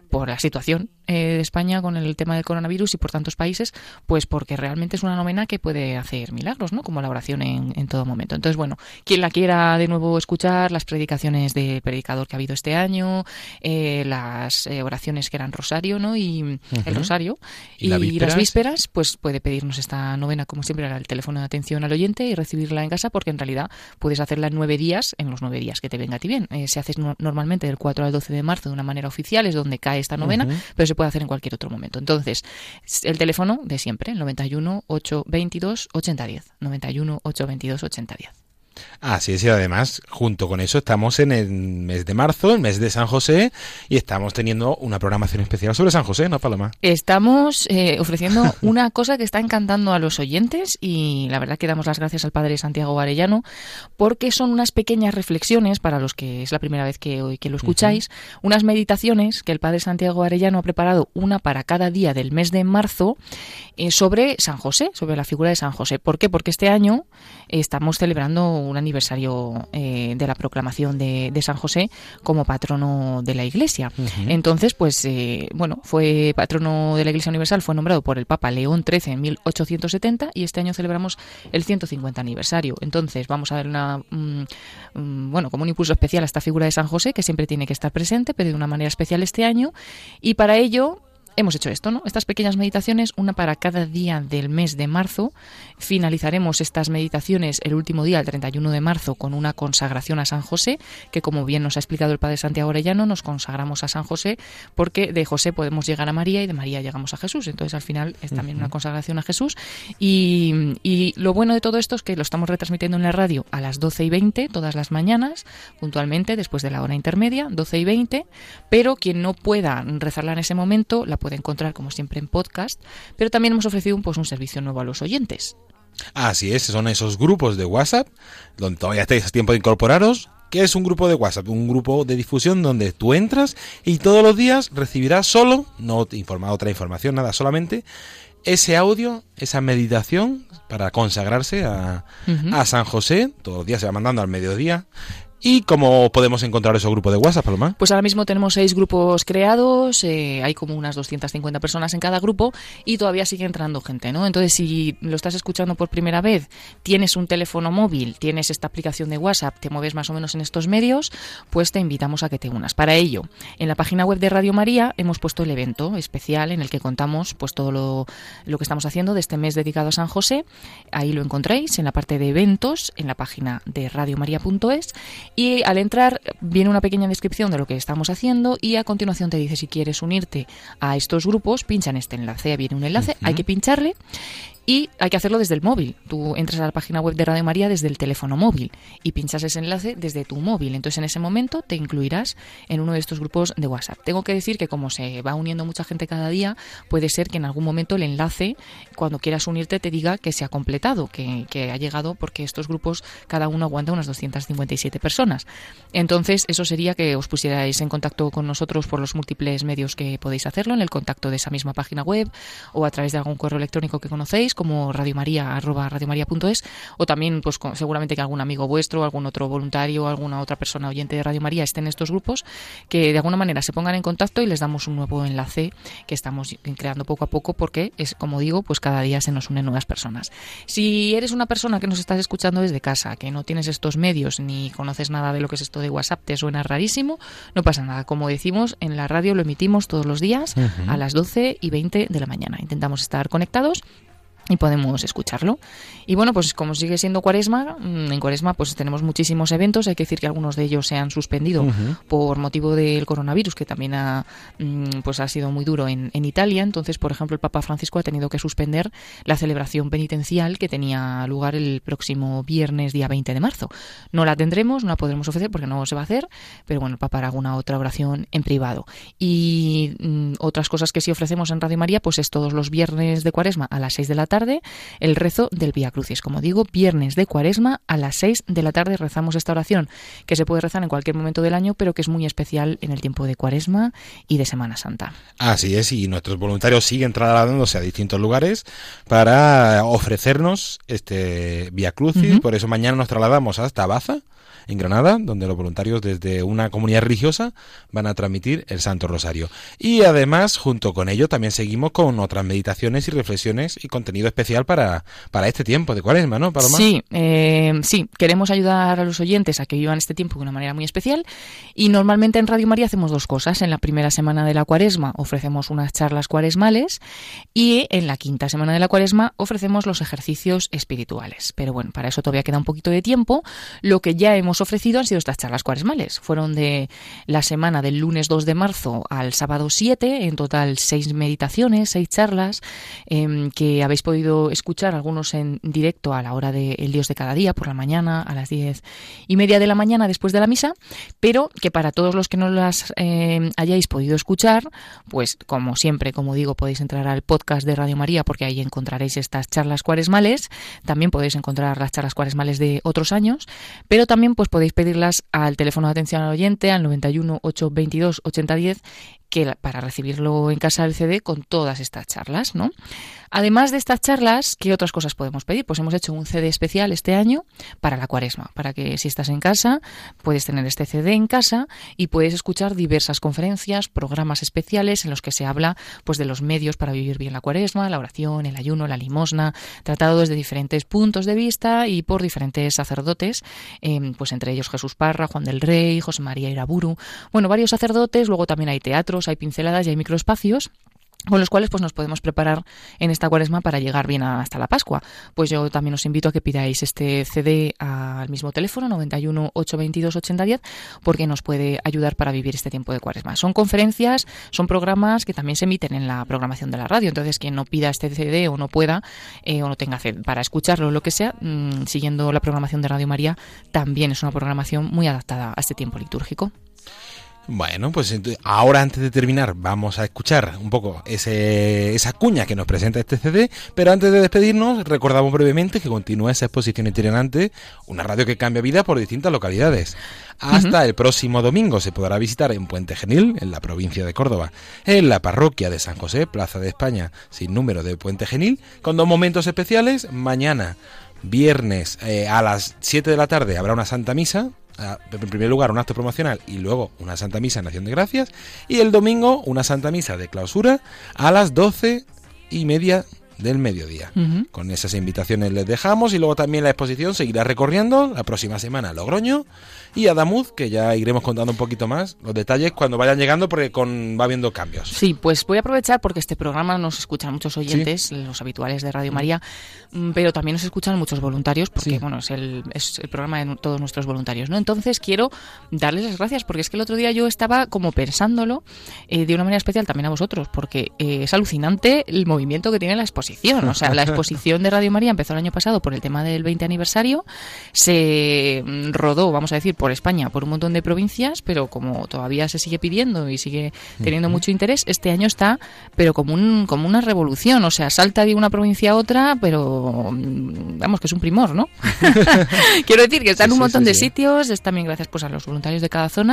por la situación de España con el tema del coronavirus y por tantos países, pues porque realmente es una novena que puede hacer milagros, ¿no? Como la oración en todo momento. Entonces, bueno, quien la quiera de nuevo escuchar, las predicaciones del predicador que ha habido este año, las oraciones que eran rosario, ¿no? Y el rosario y las vísperas, pues puede pedirnos esta novena, como siempre, al teléfono de atención al oyente y recibirla en casa, porque en realidad puedes hacerla en 9 días, en los 9 días que te venga a ti bien. Se hace normalmente del 4 al 12 de marzo de una manera oficial, es donde cae esta novena, pero se puede hacer en cualquier otro momento. Entonces, el teléfono de siempre, el 91 822 8010. 91 822 8010. Así es, y además, junto con eso, estamos en el mes de marzo, el mes de San José, y estamos teniendo una programación especial sobre San José, ¿no, Paloma? Estamos ofreciendo una cosa que está encantando a los oyentes, y la verdad que damos las gracias al Padre Santiago Arellano, porque son unas pequeñas reflexiones, para los que es la primera vez que lo escucháis, unas meditaciones que el Padre Santiago Arellano ha preparado, una para cada día del mes de marzo, sobre San José, sobre la figura de San José. ¿Por qué? Porque este año estamos celebrando un aniversario de la proclamación de San José como patrono de la Iglesia. Entonces, pues, fue patrono de la Iglesia Universal, fue nombrado por el Papa León XIII en 1870 y este año celebramos el 150 aniversario. Entonces, vamos a dar como un impulso especial a esta figura de San José, que siempre tiene que estar presente, pero de una manera especial este año, y para ello hemos hecho esto, ¿no? Estas pequeñas meditaciones, una para cada día del mes de marzo. Finalizaremos estas meditaciones el último día, el 31 de marzo, con una consagración a San José, que como bien nos ha explicado el Padre Santiago Arellano, nos consagramos a San José porque de José podemos llegar a María y de María llegamos a Jesús. Entonces, al final, es también una consagración a Jesús. Y lo bueno de todo esto es que lo estamos retransmitiendo en la radio a las 12:20 todas las mañanas, puntualmente, después de la hora intermedia, 12:20, pero quien no pueda rezarla en ese momento, la puede encontrar como siempre en podcast, pero también hemos ofrecido un servicio nuevo a los oyentes. Así es, son esos grupos de WhatsApp donde todavía estáis a tiempo de incorporaros. ¿Qué es un grupo de WhatsApp? Un grupo de difusión donde tú entras y todos los días recibirás solo, no otra información, nada, solamente ese audio, esa meditación para consagrarse a San José. Todos los días se va mandando al mediodía. ¿Y cómo podemos encontrar esos grupos de WhatsApp, Paloma? Pues ahora mismo tenemos 6 grupos creados, hay como unas 250 personas en cada grupo y todavía sigue entrando gente, ¿no? Entonces, si lo estás escuchando por primera vez, tienes un teléfono móvil, tienes esta aplicación de WhatsApp, te mueves más o menos en estos medios, pues te invitamos a que te unas. Para ello, en la página web de Radio María hemos puesto el evento especial en el que contamos pues todo lo que estamos haciendo de este mes dedicado a San José. Ahí lo encontráis en la parte de eventos, en la página de radiomaria.es. Y al entrar viene una pequeña descripción de lo que estamos haciendo y a continuación te dice si quieres unirte a estos grupos, pincha en este enlace, viene un enlace, hay que pincharle y hay que hacerlo desde el móvil. Tú entras a la página web de Radio María desde el teléfono móvil y pinchas ese enlace desde tu móvil. Entonces en ese momento te incluirás en uno de estos grupos de WhatsApp. Tengo que decir que como se va uniendo mucha gente cada día, puede ser que en algún momento el enlace, cuando quieras unirte, te diga que se ha completado, que ha llegado, porque estos grupos cada uno aguanta unas 257 personas. Entonces eso sería que os pusierais en contacto con nosotros por los múltiples medios que podéis hacerlo, en el contacto de esa misma página web o a través de algún correo electrónico que conocéis, como radiomaria@radiomaria.es, o también pues seguramente que algún amigo vuestro, algún otro voluntario, alguna otra persona oyente de Radio María esté en estos grupos, que de alguna manera se pongan en contacto y les damos un nuevo enlace que estamos creando poco a poco, porque es, como digo, pues cada día se nos unen nuevas personas. Si eres una persona que nos estás escuchando desde casa, que no tienes estos medios ni conoces nada de lo que es esto de WhatsApp, te suena rarísimo, no pasa nada. Como decimos, en la radio lo emitimos todos los días a las 12:20 de la mañana. Intentamos estar conectados y podemos escucharlo. Y bueno, pues como sigue siendo Cuaresma, en Cuaresma pues tenemos muchísimos eventos. Hay que decir que algunos de ellos se han suspendido por motivo del coronavirus, que también ha sido muy duro en Italia. Entonces, por ejemplo, el Papa Francisco ha tenido que suspender la celebración penitencial que tenía lugar el próximo viernes, día 20 de marzo. No la tendremos, no la podremos ofrecer porque no se va a hacer, pero bueno, el Papa hará alguna otra oración en privado. Y otras cosas que sí ofrecemos en Radio María, pues es todos los viernes de Cuaresma a las 6 de la tarde, el rezo del Vía Crucis. Como digo, viernes de Cuaresma a las 6 de la tarde rezamos esta oración, que se puede rezar en cualquier momento del año, pero que es muy especial en el tiempo de Cuaresma y de Semana Santa. Así es, y nuestros voluntarios siguen trasladándose a distintos lugares para ofrecernos este Vía Crucis. Por eso mañana nos trasladamos hasta Baza, en Granada, donde los voluntarios desde una comunidad religiosa van a transmitir el Santo Rosario. Y además, junto con ello, también seguimos con otras meditaciones y reflexiones y contenido especial para este tiempo de Cuaresma, ¿no, Paloma? Sí, queremos ayudar a los oyentes a que vivan este tiempo de una manera muy especial, y normalmente en Radio María hacemos dos cosas. En la primera semana de la Cuaresma ofrecemos unas charlas cuaresmales, y en la quinta semana de la Cuaresma ofrecemos los ejercicios espirituales. Pero bueno, para eso todavía queda un poquito de tiempo. Lo que ya hemos ofrecido han sido estas charlas cuaresmales. Fueron de la semana del lunes 2 de marzo al sábado 7, en total 6 meditaciones, 6 charlas, que habéis podido escuchar, algunos en directo a la hora de El Dios de cada día, por la mañana, a las 10:30 de la mañana después de la misa, pero que para todos los que no las hayáis podido escuchar, pues como siempre, como digo, podéis entrar al podcast de Radio María, porque ahí encontraréis estas charlas cuaresmales. También podéis encontrar las charlas cuaresmales de otros años, pero también pues podéis pedirlas al teléfono de atención al oyente, al 91 822 8010, que para recibirlo en casa del CD con todas estas charlas, ¿no? Además de estas charlas, ¿qué otras cosas podemos pedir? Pues hemos hecho un CD especial este año para la Cuaresma, para que si estás en casa, puedes tener este CD en casa y puedes escuchar diversas conferencias, programas especiales en los que se habla pues de los medios para vivir bien la Cuaresma, la oración, el ayuno, la limosna, tratado desde diferentes puntos de vista y por diferentes sacerdotes, pues entre ellos Jesús Parra, Juan del Rey, José María Iraburu, bueno, varios sacerdotes. Luego también hay teatros, hay pinceladas y hay microespacios con los cuales pues nos podemos preparar en esta Cuaresma para llegar bien hasta la Pascua. Pues yo también os invito a que pidáis este CD al mismo teléfono, 91 822 8010, porque nos puede ayudar para vivir este tiempo de Cuaresma. Son conferencias, son programas que también se emiten en la programación de la radio, entonces quien no pida este CD o no pueda o no tenga CD para escucharlo o lo que sea, siguiendo la programación de Radio María, también es una programación muy adaptada a este tiempo litúrgico. Bueno, pues ahora, antes de terminar, vamos a escuchar un poco esa cuña que nos presenta este CD, pero antes de despedirnos recordamos brevemente que continúa esa exposición itinerante, una radio que cambia vida por distintas localidades. Hasta el próximo domingo se podrá visitar en Puente Genil, en la provincia de Córdoba, en la parroquia de San José, Plaza de España, sin número de Puente Genil, con 2 momentos especiales. Mañana, viernes, a las 7 de la tarde habrá una Santa Misa. En primer lugar un acto promocional y luego una Santa Misa en Acción de Gracias, y el domingo una Santa Misa de clausura a las 12:30 del mediodía. Con esas invitaciones les dejamos, y luego también la exposición seguirá recorriendo la próxima semana Logroño y Adamuz, que ya iremos contando un poquito más los detalles cuando vayan llegando, porque va habiendo cambios. Sí, pues voy a aprovechar porque este programa nos escuchan muchos oyentes, ¿sí?, los habituales de Radio María, pero también nos escuchan muchos voluntarios, porque bueno, es el programa de todos nuestros voluntarios, ¿no? Entonces quiero darles las gracias, porque es que el otro día yo estaba como pensándolo de una manera especial también a vosotros, porque es alucinante el movimiento que tiene la exposición. O sea, la exposición de Radio María empezó el año pasado por el tema del 20 aniversario, se rodó, vamos a decir, por España, por un montón de provincias, pero como todavía se sigue pidiendo y sigue teniendo mucho interés, este año está, pero como una revolución, o sea, salta de una provincia a otra, pero vamos, que es un primor, ¿no? Quiero decir que está en un montón de sitios, es también gracias pues a los voluntarios de cada zona,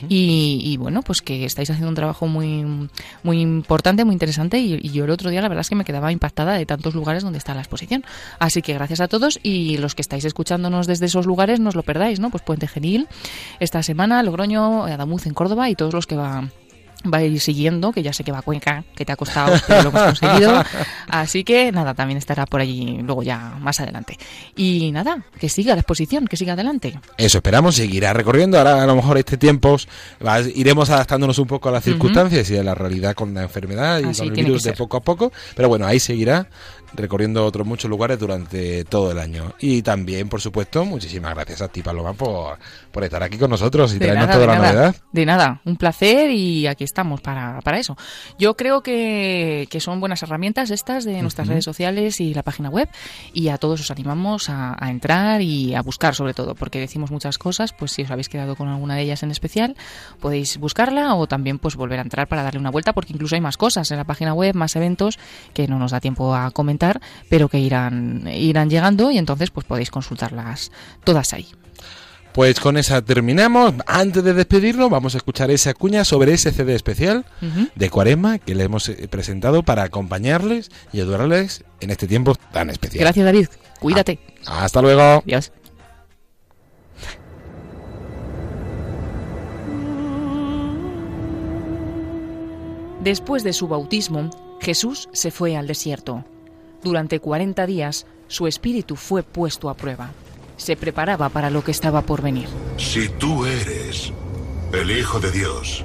y bueno, pues que estáis haciendo un trabajo muy, muy importante, muy interesante, y yo el otro día la verdad es que me quedaba impactada de tantos lugares donde está la exposición. Así que gracias a todos, y los que estáis escuchándonos desde esos lugares, no os lo perdáis, ¿no? Pues Puente Genil esta semana, Logroño, Adamuz en Córdoba, y todos los que va a ir siguiendo, que ya sé que va a Cuenca, que te ha costado, pero lo hemos conseguido. Así que nada, también estará por allí luego ya más adelante. Y nada, que siga la exposición, que siga adelante. Eso esperamos, seguirá recorriendo. Ahora a lo mejor este tiempo iremos adaptándonos un poco a las circunstancias y a la realidad con la enfermedad y con el virus de poco a poco. Pero bueno, ahí seguirá recorriendo otros muchos lugares durante todo el año. Y también, por supuesto, muchísimas gracias a ti, Paloma, por estar aquí con nosotros y traernos toda la novedad. De nada, un placer, y aquí estamos para eso. Yo creo que son buenas herramientas estas de nuestras redes sociales y la página web, y a todos os animamos a entrar y a buscar, sobre todo, porque decimos muchas cosas, pues si os habéis quedado con alguna de ellas en especial, podéis buscarla o también pues volver a entrar para darle una vuelta, porque incluso hay más cosas en la página web, más eventos que no nos da tiempo a comentar, pero que irán llegando, y entonces pues podéis consultarlas todas ahí. Pues con esa terminamos. Antes de despedirnos, vamos a escuchar esa cuña sobre ese CD especial de Cuaresma que le hemos presentado para acompañarles y ayudarles en este tiempo tan especial. Gracias, David. Cuídate. Hasta luego. Adiós. Después de su bautismo, Jesús se fue al desierto. Durante 40 días, su espíritu fue puesto a prueba. Se preparaba para lo que estaba por venir. Si tú eres el Hijo de Dios,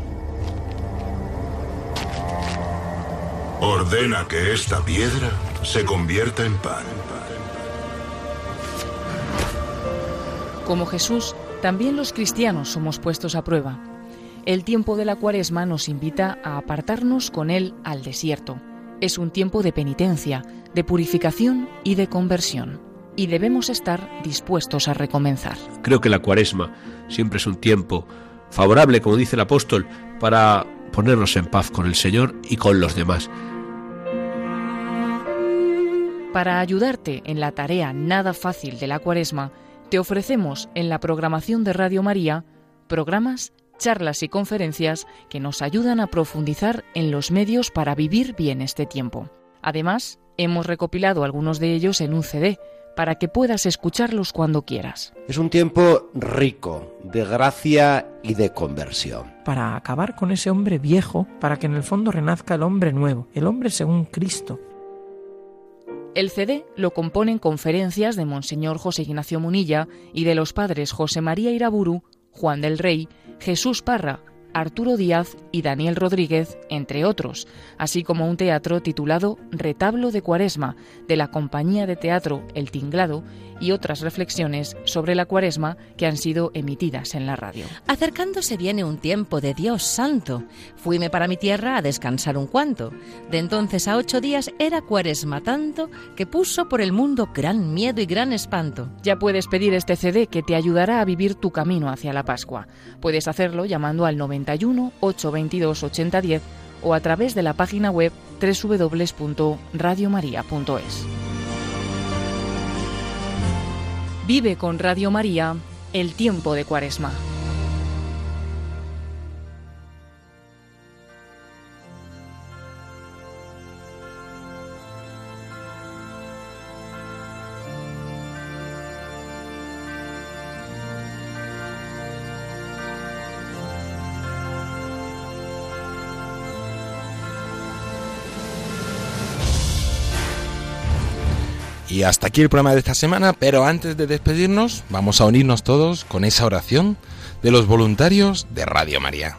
ordena que esta piedra se convierta en pan. Como Jesús, también los cristianos somos puestos a prueba. El tiempo de la Cuaresma nos invita a apartarnos con Él al desierto. Es un tiempo de penitencia, de purificación y de conversión. Y debemos estar dispuestos a recomenzar. Creo que la Cuaresma siempre es un tiempo favorable, como dice el apóstol, para ponernos en paz con el Señor y con los demás. Para ayudarte en la tarea nada fácil de la Cuaresma, te ofrecemos en la programación de Radio María programas, charlas y conferencias que nos ayudan a profundizar en los medios para vivir bien este tiempo. Además, hemos recopilado algunos de ellos en un CD, para que puedas escucharlos cuando quieras. Es un tiempo rico de gracia y de conversión. Para acabar con ese hombre viejo, para que en el fondo renazca el hombre nuevo, el hombre según Cristo. El CD lo componen conferencias de Monseñor José Ignacio Munilla y de los padres José María Iraburu, Juan del Rey, Jesús Parra, Arturo Díaz y Daniel Rodríguez, entre otros, así como un teatro titulado Retablo de Cuaresma, de la compañía de teatro El Tinglado, y otras reflexiones sobre la Cuaresma que han sido emitidas en la radio. Acercándose viene un tiempo de Dios santo. Fuime para mi tierra a descansar un cuanto. De entonces a 8 días era Cuaresma tanto que puso por el mundo gran miedo y gran espanto. Ya puedes pedir este CD que te ayudará a vivir tu camino hacia la Pascua. Puedes hacerlo llamando al 91 822 8010 o a través de la página web www.radiomaria.es. Vive con Radio María el tiempo de Cuaresma. Y hasta aquí el programa de esta semana, pero antes de despedirnos, vamos a unirnos todos con esa oración de los voluntarios de Radio María.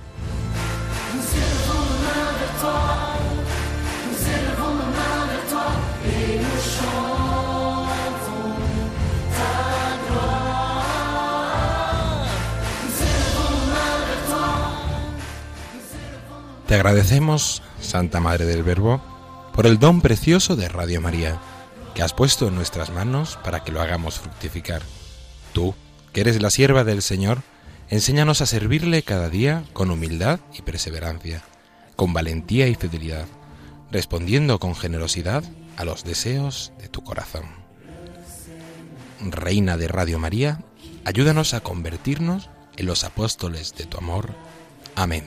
Te agradecemos, Santa Madre del Verbo, por el don precioso de Radio María, que has puesto en nuestras manos para que lo hagamos fructificar. Tú, que eres la sierva del Señor, enséñanos a servirle cada día con humildad y perseverancia, con valentía y fidelidad, respondiendo con generosidad a los deseos de tu corazón. Reina de Radio María, ayúdanos a convertirnos en los apóstoles de tu amor. Amén.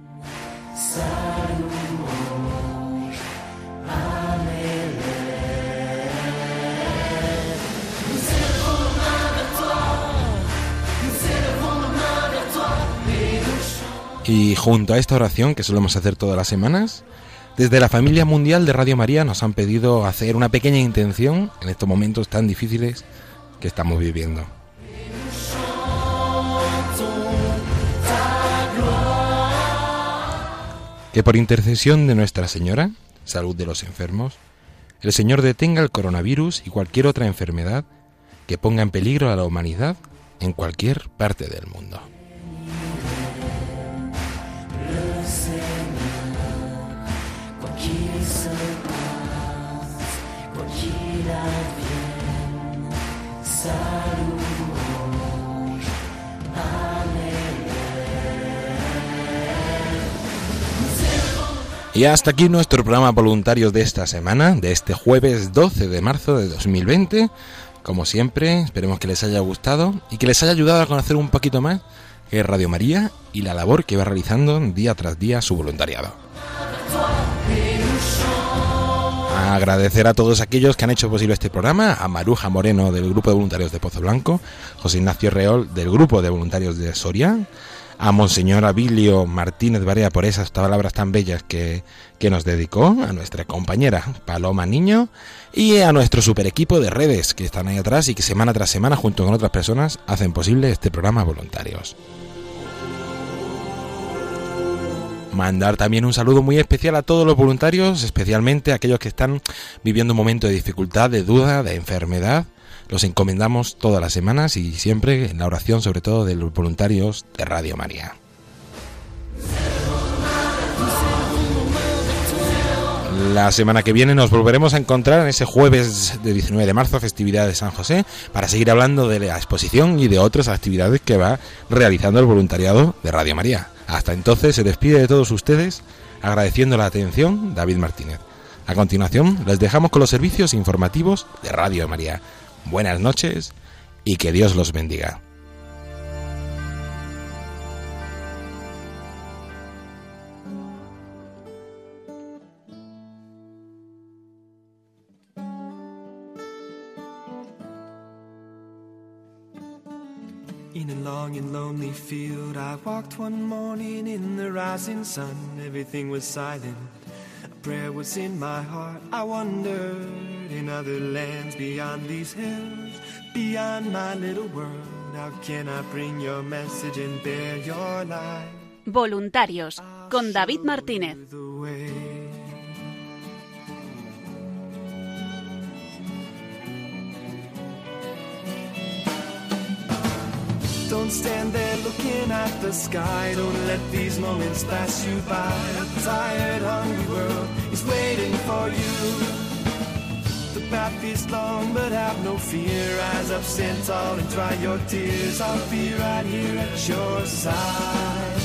Y junto a esta oración que solemos hacer todas las semanas, desde la familia mundial de Radio María nos han pedido hacer una pequeña intención en estos momentos tan difíciles que estamos viviendo. Que por intercesión de Nuestra Señora, salud de los enfermos, el Señor detenga el coronavirus y cualquier otra enfermedad que ponga en peligro a la humanidad en cualquier parte del mundo. Y hasta aquí nuestro programa Voluntarios de esta semana, de este jueves 12 de marzo de 2020. Como siempre, esperemos que les haya gustado y que les haya ayudado a conocer un poquito más que es Radio María y la labor que va realizando día tras día su voluntariado. Agradecer a todos aquellos que han hecho posible este programa, a Maruja Moreno del Grupo de Voluntarios de Pozo Blanco, José Ignacio Reol del Grupo de Voluntarios de Soria, a Monseñor Abilio Martínez Barea por esas palabras tan bellas que nos dedicó, a nuestra compañera Paloma Niño y a nuestro super equipo de redes que están ahí atrás y que semana tras semana junto con otras personas hacen posible este programa Voluntarios. Mandar también un saludo muy especial a todos los voluntarios, especialmente a aquellos que están viviendo un momento de dificultad, de duda, de enfermedad. Los encomendamos todas las semanas y siempre en la oración, sobre todo de los voluntarios de Radio María. La semana que viene nos volveremos a encontrar en ese jueves de 19 de marzo, festividad de San José, para seguir hablando de la exposición y de otras actividades que va realizando el voluntariado de Radio María. Hasta entonces se despide de todos ustedes, agradeciendo la atención, David Martínez. A continuación, les dejamos con los servicios informativos de Radio María. Buenas noches y que Dios los bendiga. In a long and lonely field, I walked one morning in the rising sun. Everything was silent, a prayer was in my heart. I wondered, in other lands beyond these hills, beyond my little world, how can I bring your message and bear your light? Voluntarios, con David Martínez. Don't stand there looking at the sky. Don't let these moments pass you by. A tired, hungry world is waiting for you. The path is long, but have no fear. Rise up, stand tall, and dry your tears. I'll be right here at your side.